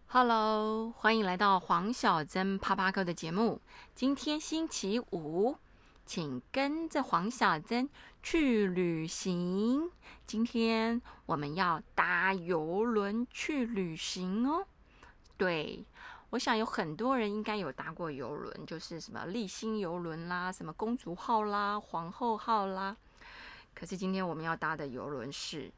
Hello，欢迎来到黄小珍啪啪哥的节目。今天星期五，请跟着黄小珍去旅行。今天我们要搭邮轮去旅行哦。对，我想有很多人应该有搭过邮轮，就是什么丽星邮轮啦，什么公主号啦、皇后号啦。可是今天我们要搭的邮轮是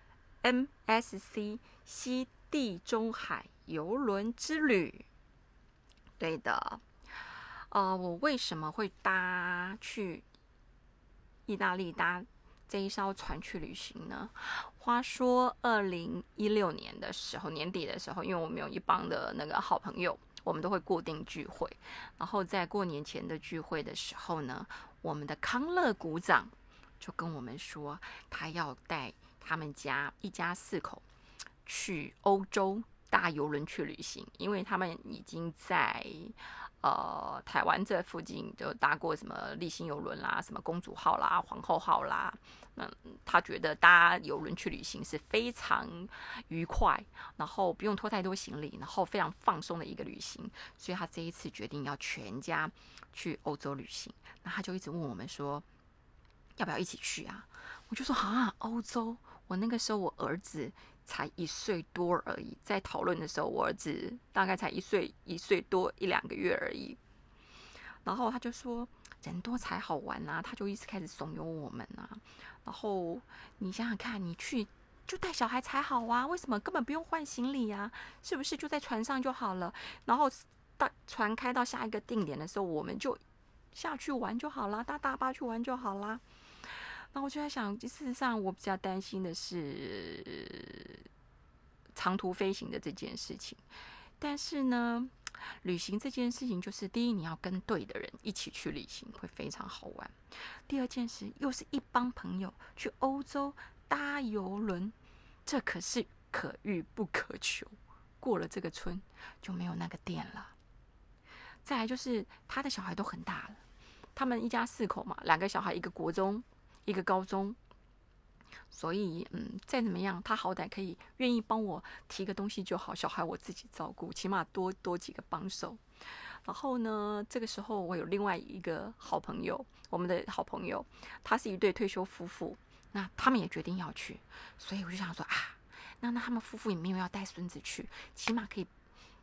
MSC 西地中海邮轮之旅。对的，我为什么会去意大利搭这一艘船去旅行呢？话说2016年的时候，年底的时候，因为我们有一帮的那个好朋友，我们都会固定聚会。然后在过年前的聚会的时候呢，我们的康乐股长就跟我们说，他要带他们家一家四口去欧洲搭邮轮去旅行，因为他们已经在台湾这附近就搭过什么丽星邮轮啦、什么公主号啦、皇后号啦。他觉得搭邮轮去旅行是非常愉快，然后不用拖太多行李，然后非常放松的一个旅行，所以他这一次决定要全家去欧洲旅行。那他就一直问我们说，要不要一起去啊？我就说欧洲，我那个时候我儿子才1岁多而已，在讨论的时候，我儿子大概才1岁多1、2个月而已。然后他就说人多才好玩啊，他就一直开始怂恿我们啊。然后你想想看，你去就带小孩才好啊，为什么根本不用换行李啊？是不是就在船上就好了？然后船开到下一个定点的时候，我们就下去玩就好啦，搭大巴去玩就好啦。那我就在想，事实上我比较担心的是长途飞行的这件事情。但是呢，旅行这件事情，就是第一，你要跟对的人一起去旅行，会非常好玩。第二件事，又是一帮朋友去欧洲搭邮轮，这可是可遇不可求。过了这个村，就没有那个店了。再来就是他的小孩都很大了，他们一家四口嘛，2个小孩，一个国中，一个高中。所以，再怎么样，他好歹可以愿意帮我提个东西就好，小孩我自己照顾，起码多几个帮手。然后呢，这个时候我有另外一个好朋友，我们的好朋友，他是一对退休夫妇，那他们也决定要去，所以我就想说那他们夫妇也没有要带孙子去，起码可以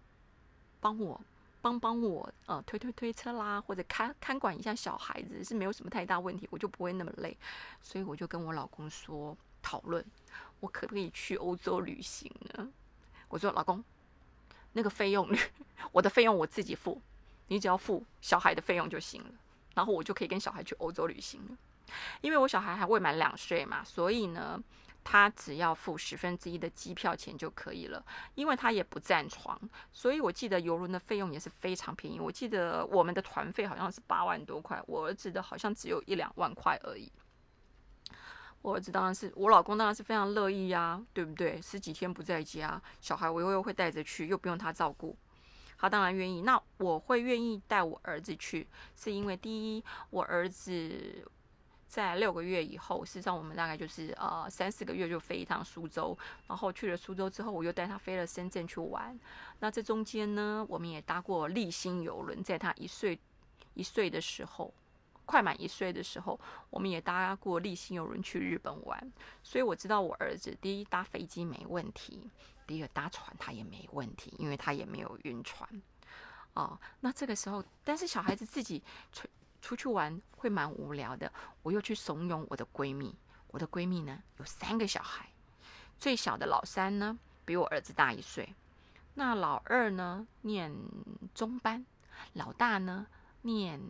帮我推车啦，或者看管一下小孩子，是没有什么太大问题，我就不会那么累。所以我就跟我老公说讨论，我可不可以去欧洲旅行呢？我说老公，那个费用我的费用我自己付，你只要付小孩的费用就行了，然后我就可以跟小孩去欧洲旅行了。因为我小孩还未满2岁嘛，所以呢，他只要付1/10的机票钱就可以了。因为他也不占床，所以我记得邮轮的费用也是非常便宜。我记得我们的团费好像是8万多块，我儿子的好像只有1、2万块而已。我儿子当然是，我老公当然是非常乐意呀，对不对？10几天不在家，小孩我又会带着去，又不用他照顾，他当然愿意。那我会愿意带我儿子去，是因为第一，我儿子在6个月以后，事实上我们大概就是3、4个月就飞一趟苏州，然后去了苏州之后，我又带他飞了深圳去玩。那这中间呢，我们也搭过丽星邮轮，在他一岁的时候。快满1岁的时候，我们也搭过丽星邮轮去日本玩，所以我知道我儿子第一搭飞机没问题，第二搭船他也没问题，因为他也没有晕船。那这个时候，但是小孩子自己出去玩会蛮无聊的，我又去怂恿我的闺蜜。我的闺蜜呢有3个小孩，最小的老三呢比我儿子大1岁，那老二呢念中班，老大呢念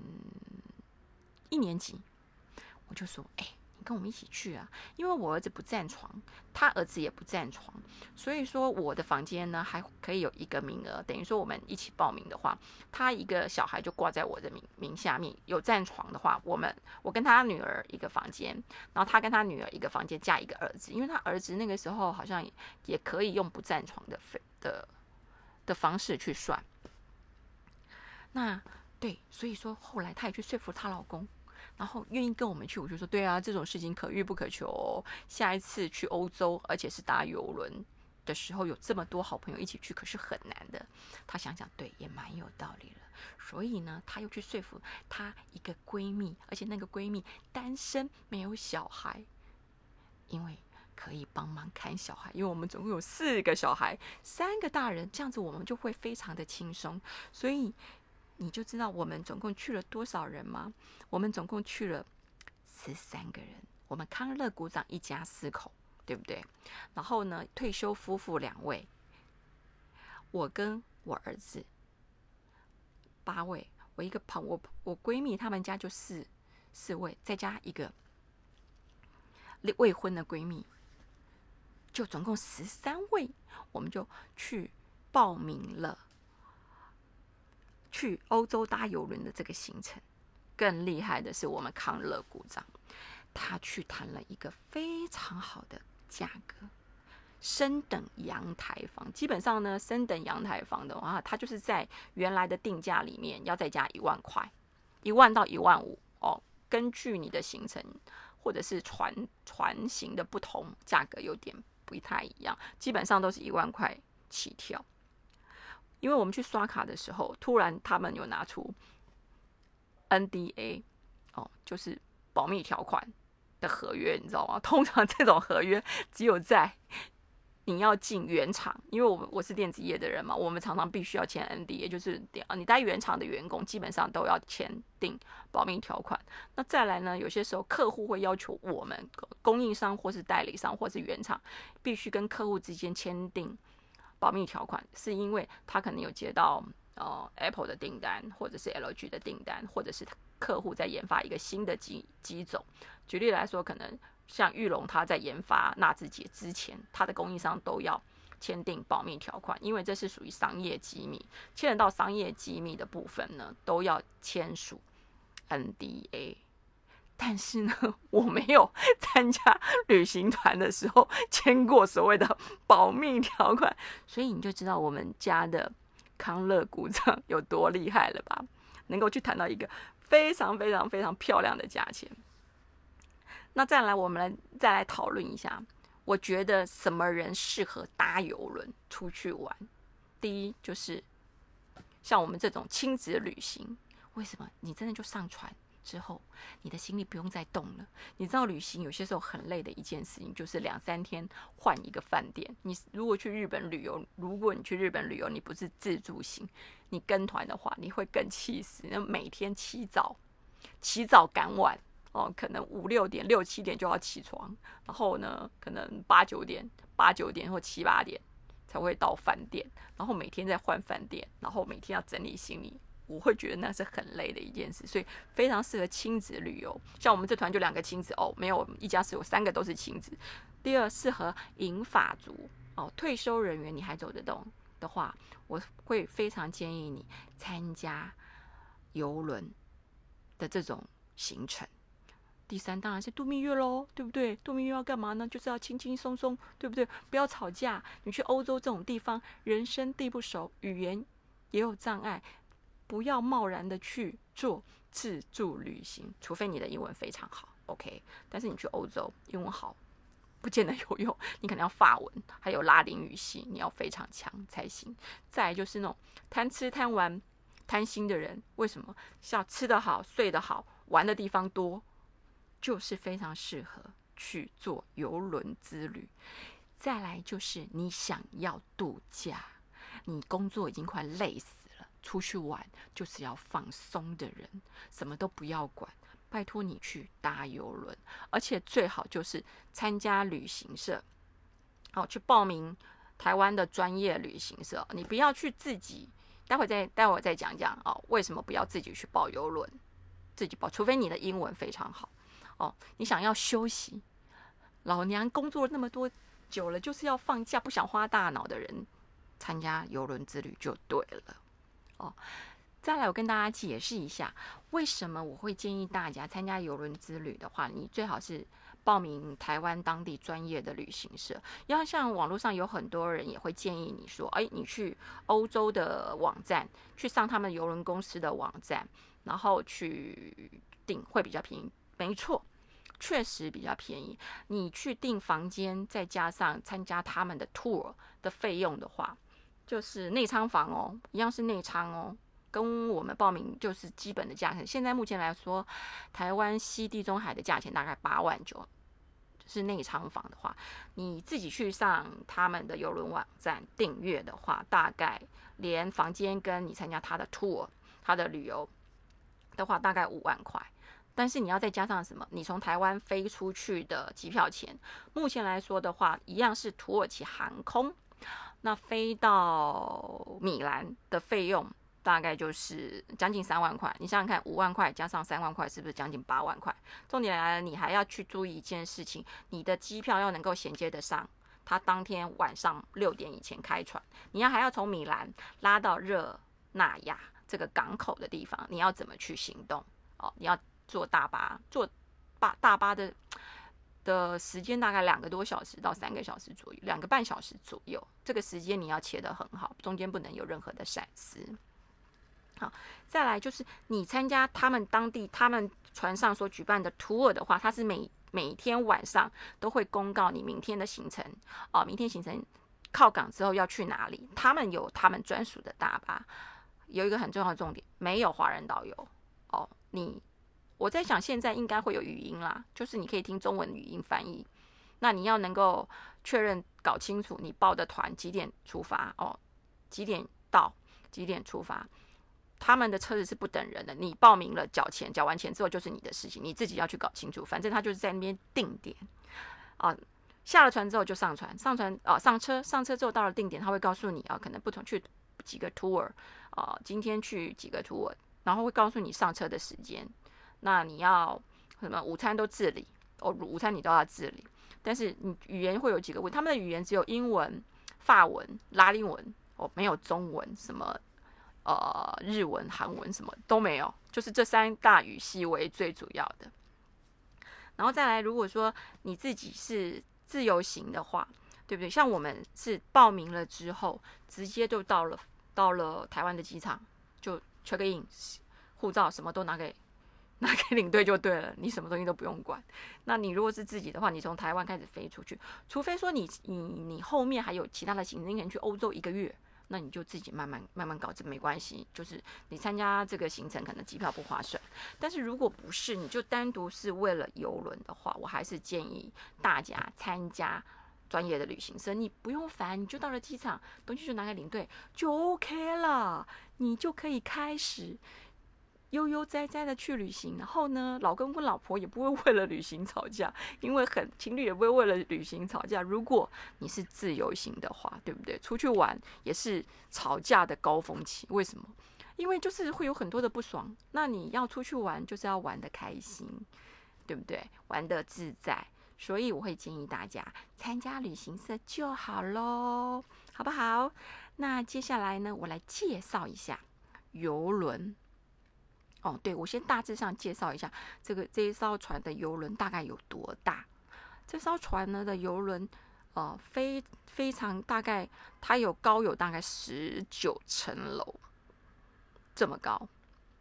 1年级。我就说，你跟我们一起去啊，因为我儿子不占床，他儿子也不占床，所以说我的房间呢还可以有一个名额，等于说我们一起报名的话，他一个小孩就挂在我的名下面，有占床的话，我跟他女儿一个房间，然后他跟他女儿一个房间加一个儿子，因为他儿子那个时候好像也可以用不占床的方式去算。那对，所以说后来她也去说服她老公，然后愿意跟我们去。我就说对啊，这种事情可遇不可求哦。下一次去欧洲，而且是搭邮轮， 的时候有这么多好朋友一起去，可是很难的。她想想，对，也蛮有道理了。所以呢，她又去说服她一个闺蜜，而且那个闺蜜单身，没有小孩，因为可以帮忙看小孩，因为我们总共有4个小孩，3个大人，这样子我们就会非常的轻松。所以你就知道我们总共去了多少人吗？我们总共去了13个人。我们康乐股长一家4口，对不对？然后呢，退休夫妇2位，我跟我儿子8位，我一个我闺蜜他们家就4位，再加一个未婚的闺蜜，就总共13位，我们就去报名了去欧洲搭邮轮的这个行程。更厉害的是，我们康乐股长他去谈了一个非常好的价格，升等阳台房。基本上呢，升等阳台房的话，它就是在原来的定价里面要再加1万块，1万到1万5哦。根据你的行程或者是船型的不同，价格有点不太一样，基本上都是1万块起跳。因为我们去刷卡的时候，突然他们有拿出 NDA 哦，就是保密条款的合约，你知道吗？通常这种合约只有在你要进原厂，因为我是电子业的人嘛，我们常常必须要签 NDA， 就是你在原厂的员工基本上都要签订保密条款。那再来呢，有些时候客户会要求我们供应商或是代理商或是原厂必须跟客户之间签订保密条款，是因为他可能有接到Apple 的订单，或者是 LG 的订单，或者是客户在研发一个新的机种。举例来说，可能像裕隆他在研发纳智捷之前，他的供应商都要签订保密条款，因为这是属于商业机密，牵扯到商业机密的部分呢，都要签署 NDA。但是呢，我没有参加旅行团的时候签过所谓的保密条款，所以你就知道我们家的康乐股长有多厉害了吧？能够去谈到一个非常非常非常漂亮的价钱。那再来，我们再来讨论一下，我觉得什么人适合搭邮轮出去玩？第一就是像我们这种亲子旅行，为什么？你真的就上船之后，你的行李不用再动了。你知道旅行有些时候很累的一件事情，就是2-3天换一个饭店。你如果去日本旅游，你不是自助行，你跟团的话，你会更气死。每天起早赶晚哦，可能5-6点、6-7点就要起床，然后呢，可能8-9点或7-8点才会到饭店，然后每天在换饭店，然后每天要整理行李。我会觉得那是很累的一件事，所以非常适合亲子旅游。像我们这团就2个亲子哦，没有一家是有3个都是亲子。第二，适合银发族哦，退休人员你还走得动的话，我会非常建议你参加邮轮的这种行程。第三当然是度蜜月咯，对不对？度蜜月要干嘛呢？就是要轻轻松松，对不对？不要吵架。你去欧洲这种地方，人生地不熟，语言也有障碍，不要贸然的去做自助旅行，除非你的英文非常好 ，OK。但是你去欧洲，英文好不见得有用，你可能要法文，还有拉丁语系，你要非常强才行。再来就是那种贪吃贪玩贪心的人，为什么？像吃得好、睡得好、玩的地方多，就是非常适合去做邮轮之旅。再来就是你想要度假，你工作已经快累死了，出去玩就是要放松的人，什么都不要管，拜托你去搭邮轮，而且最好就是参加旅行社，去报名台湾的专业旅行社，你不要去自己。待会再讲讲为什么不要自己去报邮轮，自己报，除非你的英文非常好。你想要休息，老娘工作那么多久了，就是要放假，不想花大脑的人，参加邮轮之旅就对了。再来，我跟大家解释一下，为什么我会建议大家参加邮轮之旅的话，你最好是报名台湾当地专业的旅行社。要像网络上有很多人也会建议你说，你去欧洲的网站，去上他们邮轮公司的网站，然后去订会比较便宜。没错， 确实比较便宜。你去订房间，再加上参加他们的 tour 的费用的话，就是内舱房哦，一样是内舱哦，跟我们报名就是基本的价钱。现在目前来说，台湾西地中海的价钱大概8.9万，是内舱房的话，你自己去上他们的邮轮网站订阅的话，大概连房间跟你参加他的 tour、他的旅游的话，大概5万块。但是你要再加上什么？你从台湾飞出去的机票钱，目前来说的话，一样是土耳其航空，那飞到米兰的费用大概就是将近3万块。你想想看，5万块加上3万块，是不是将近8万块？重点来了，你还要去注意一件事情，你的机票要能够衔接得上，它当天晚上6点以前开船，你还要从米兰拉到热那亚这个港口的地方，你要怎么去行动？哦，你要坐大巴，大巴的时间大概2个多小时到3个小时左右，2个半小时左右。这个时间你要切得很好，中间不能有任何的闪失。好，再来就是你参加他们当地他们船上所举办的 tour 的话，它是每天晚上都会公告你明天的行程哦，明天行程靠港之后要去哪里，他们有他们专属的大巴。有一个很重要的重点，没有华人导游哦。我在想现在应该会有语音啦，就是你可以听中文语音翻译。那你要能够确认搞清楚你报的团几点出发哦，几点到，几点出发。他们的车子是不等人的，你报名了缴钱，缴完钱之后就是你的事情，你自己要去搞清楚。反正他就是在那边定点啊，下了船之后就上船，上车之后到了定点，他会告诉你啊，可能不同去几个 tour 啊，今天去几个 tour， 然后会告诉你上车的时间。那你要什么午餐都自理哦，午餐你都要自理，但是你语言会有几个问题，他们的语言只有英文、法文、拉丁文哦，没有中文，什么日文、韩文什么都没有，就是这3大语系为最主要的。然后再来，如果说你自己是自由行的话，对不对？像我们是报名了之后，直接就到了台湾的机场，就 check in， 护照什么都拿给领队就对了，你什么东西都不用管。那你如果是自己的话，你从台湾开始飞出去，除非说你后面还有其他的行程，你可能去欧洲1个月，那你就自己慢慢搞，这没关系。就是你参加这个行程，可能机票不划算。但是如果不是，你就单独是为了邮轮的话，我还是建议大家参加专业的旅行社，你不用烦，你就到了机场，东西就拿给领队就 OK 了，你就可以开始悠悠哉哉的去旅行。然后呢，老公跟老婆也不会为了旅行吵架，因为情侣也不会为了旅行吵架。如果你是自由行的话，对不对？出去玩也是吵架的高峰期。为什么？因为就是会有很多的不爽。那你要出去玩，就是要玩得开心，对不对？玩得自在。所以我会建议大家参加旅行社就好咯，好不好？那接下来呢，我来介绍一下邮轮。哦，对，我先大致上介绍一下这一艘船的邮轮大概有多大。这艘船呢的邮轮，非常大概，它高有大概19层楼这么高。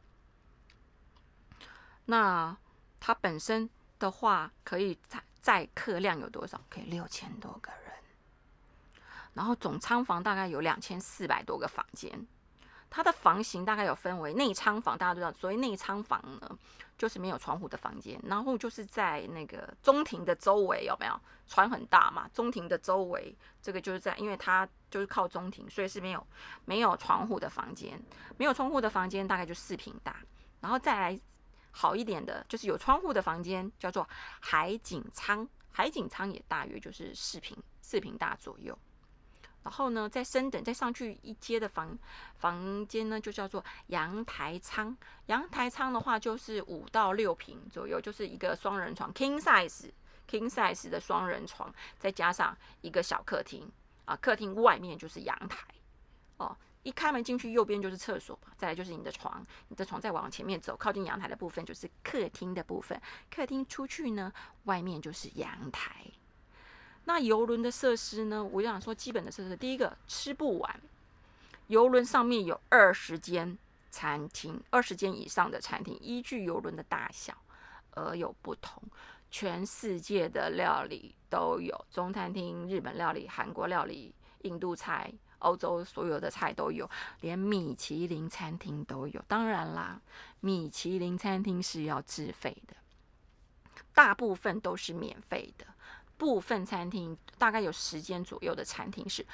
那它本身的话，可以载客量有多少？可以6000多个人。然后总舱房大概有2400多个房间。它的房型大概有分为内舱房，大家都知道，所谓内舱房呢，就是没有窗户的房间，然后就是在那个中庭的周围，有没有？船很大嘛，中庭的周围，这个就是因为它就是靠中庭，所以是没有窗户的房间，没有窗户的房间大概就4坪大，然后再来好一点的，就是有窗户的房间，叫做海景舱，海景舱也大约就是4坪大左右。然后呢，再上去一阶的房间呢，就叫做阳台舱。阳台舱的话，就是5到6坪左右，就是一个双人床 king size 的双人床，再加上一个小客厅啊，客厅外面就是阳台哦。一开门进去，右边就是厕所，再来就是你的床，你的床再往前面走，靠近阳台的部分就是客厅的部分。客厅出去呢，外面就是阳台。那邮轮的设施呢？我想说基本的设施，第一个吃不完，邮轮上面有20间餐厅，20间以上的餐厅，依据邮轮的大小而有不同。 全世界的料理都有，中餐厅、日本料理、韩国料理、印度菜、欧洲所有的菜都有，连米其林餐厅都有。当然啦，米其林餐厅是要自费的，大部分都是免费的。部分餐厅大概有10间左右的餐厅是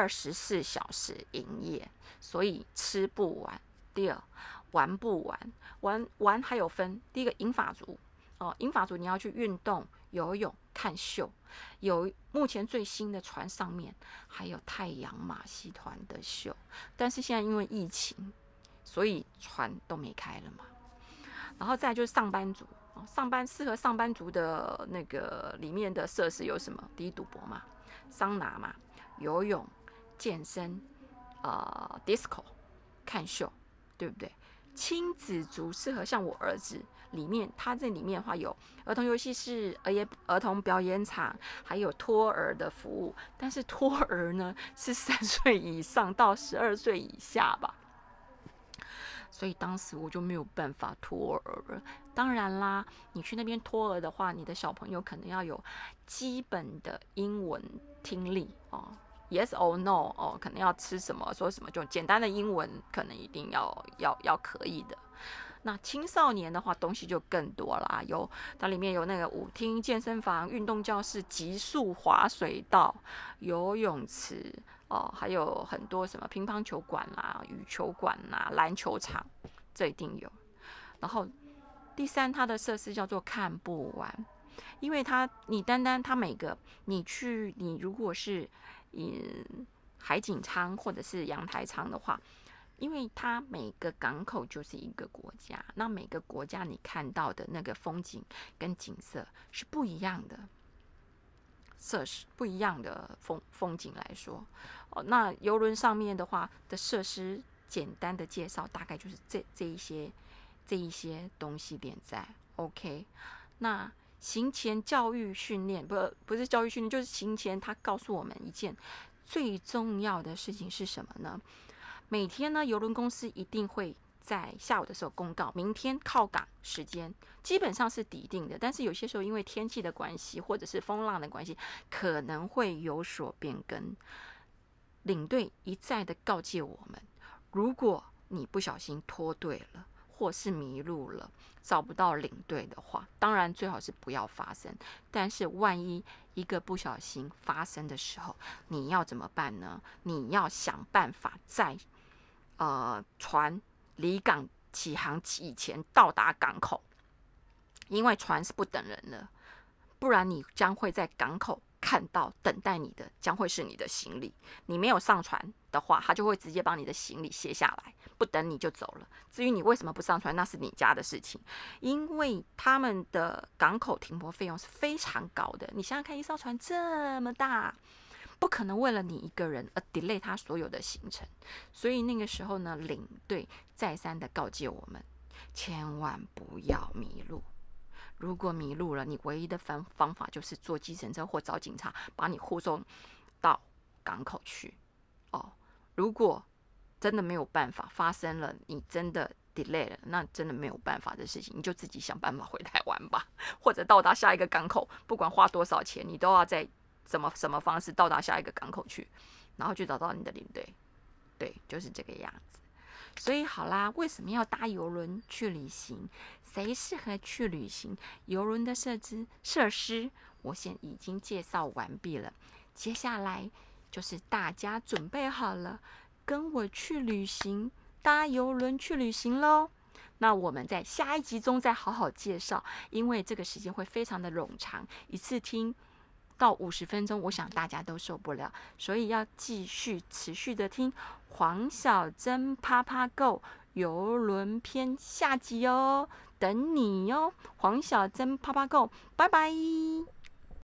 24小时营业，所以吃不完。第二，玩不完，玩还有分。第一个银发族银发族你要去运动、游泳、看秀，有目前最新的船上面还有太阳马戏团的秀，但是现在因为疫情，所以船都没开了嘛。然后再来就是上班族。适合上班族的那个里面的设施有什么？第一，赌博嘛，桑拿嘛，游泳、健身，disco， 看秀，对不对？亲子族适合像我儿子里面，他这里面的话有儿童游戏室、儿童表演场，还有托儿的服务。但是托儿呢是3岁以上到12岁以下吧。所以当时我就没有办法托儿了。当然啦，你去那边托儿的话，你的小朋友可能要有基本的英文听力，yes or no 可能要吃什么说什么，就简单的英文可能一定要可以的。那青少年的话，东西就更多啦，它里面有那个舞厅、健身房、运动教室、极速滑水道、游泳池还有很多什么乒乓球馆啦、羽球馆啦、篮球场，这一定有。然后第三，它的设施叫做看不完，因为你单单它每个你如果是海景舱或者是阳台舱的话，因为它每个港口就是一个国家，那每个国家你看到的那个风景跟景色是不一样的，设施不一样的风景来说那邮轮上面的话的设施简单的介绍，大概就是这一些东西点在 OK。那行前教育训练不是教育训练，就是行前他告诉我们一件最重要的事情是什么呢？每天呢，邮轮公司一定会在下午的时候公告明天靠港时间，基本上是底定的，但是有些时候因为天气的关系或者是风浪的关系，可能会有所变更。领队一再的告诫我们，如果你不小心脱队了或是迷路了，找不到领队的话，当然最好是不要发生，但是万一一个不小心发生的时候，你要怎么办呢？你要想办法在船离港起航以前到达港口，因为船是不等人的，不然你将会在港口看到等待你的将会是你的行李。你没有上船的话，他就会直接把你的行李卸下来，不等你就走了。至于你为什么不上船，那是你家的事情。因为他们的港口停泊费用是非常高的，你想想看，一艘船这么大，不可能为了你一个人而 delay 他所有的行程。所以那个时候呢，领队再三的告诫我们，千万不要迷路。如果迷路了，你唯一的方法就是坐计程车或找警察把你护送到港口去如果真的没有办法发生了，你真的 delay 了，那真的没有办法的事情，你就自己想办法回台湾吧，或者到达下一个港口，不管花多少钱，你都要在什么方式到达下一个港口去，然后去找到你的领队。对，就是这个样子。所以好啦，为什么要搭邮轮去旅行？谁适合去旅行？邮轮的设施，我已经介绍完毕了。接下来就是大家准备好了，跟我去旅行，搭邮轮去旅行咯。那我们在下一集中再好好介绍，因为这个时间会非常的冗长，一次听到50分钟，我想大家都受不了，所以要持续的听黄小珍啪啪 Go 邮轮篇下集哦，等你哦，黄小珍啪啪 Go， 拜拜。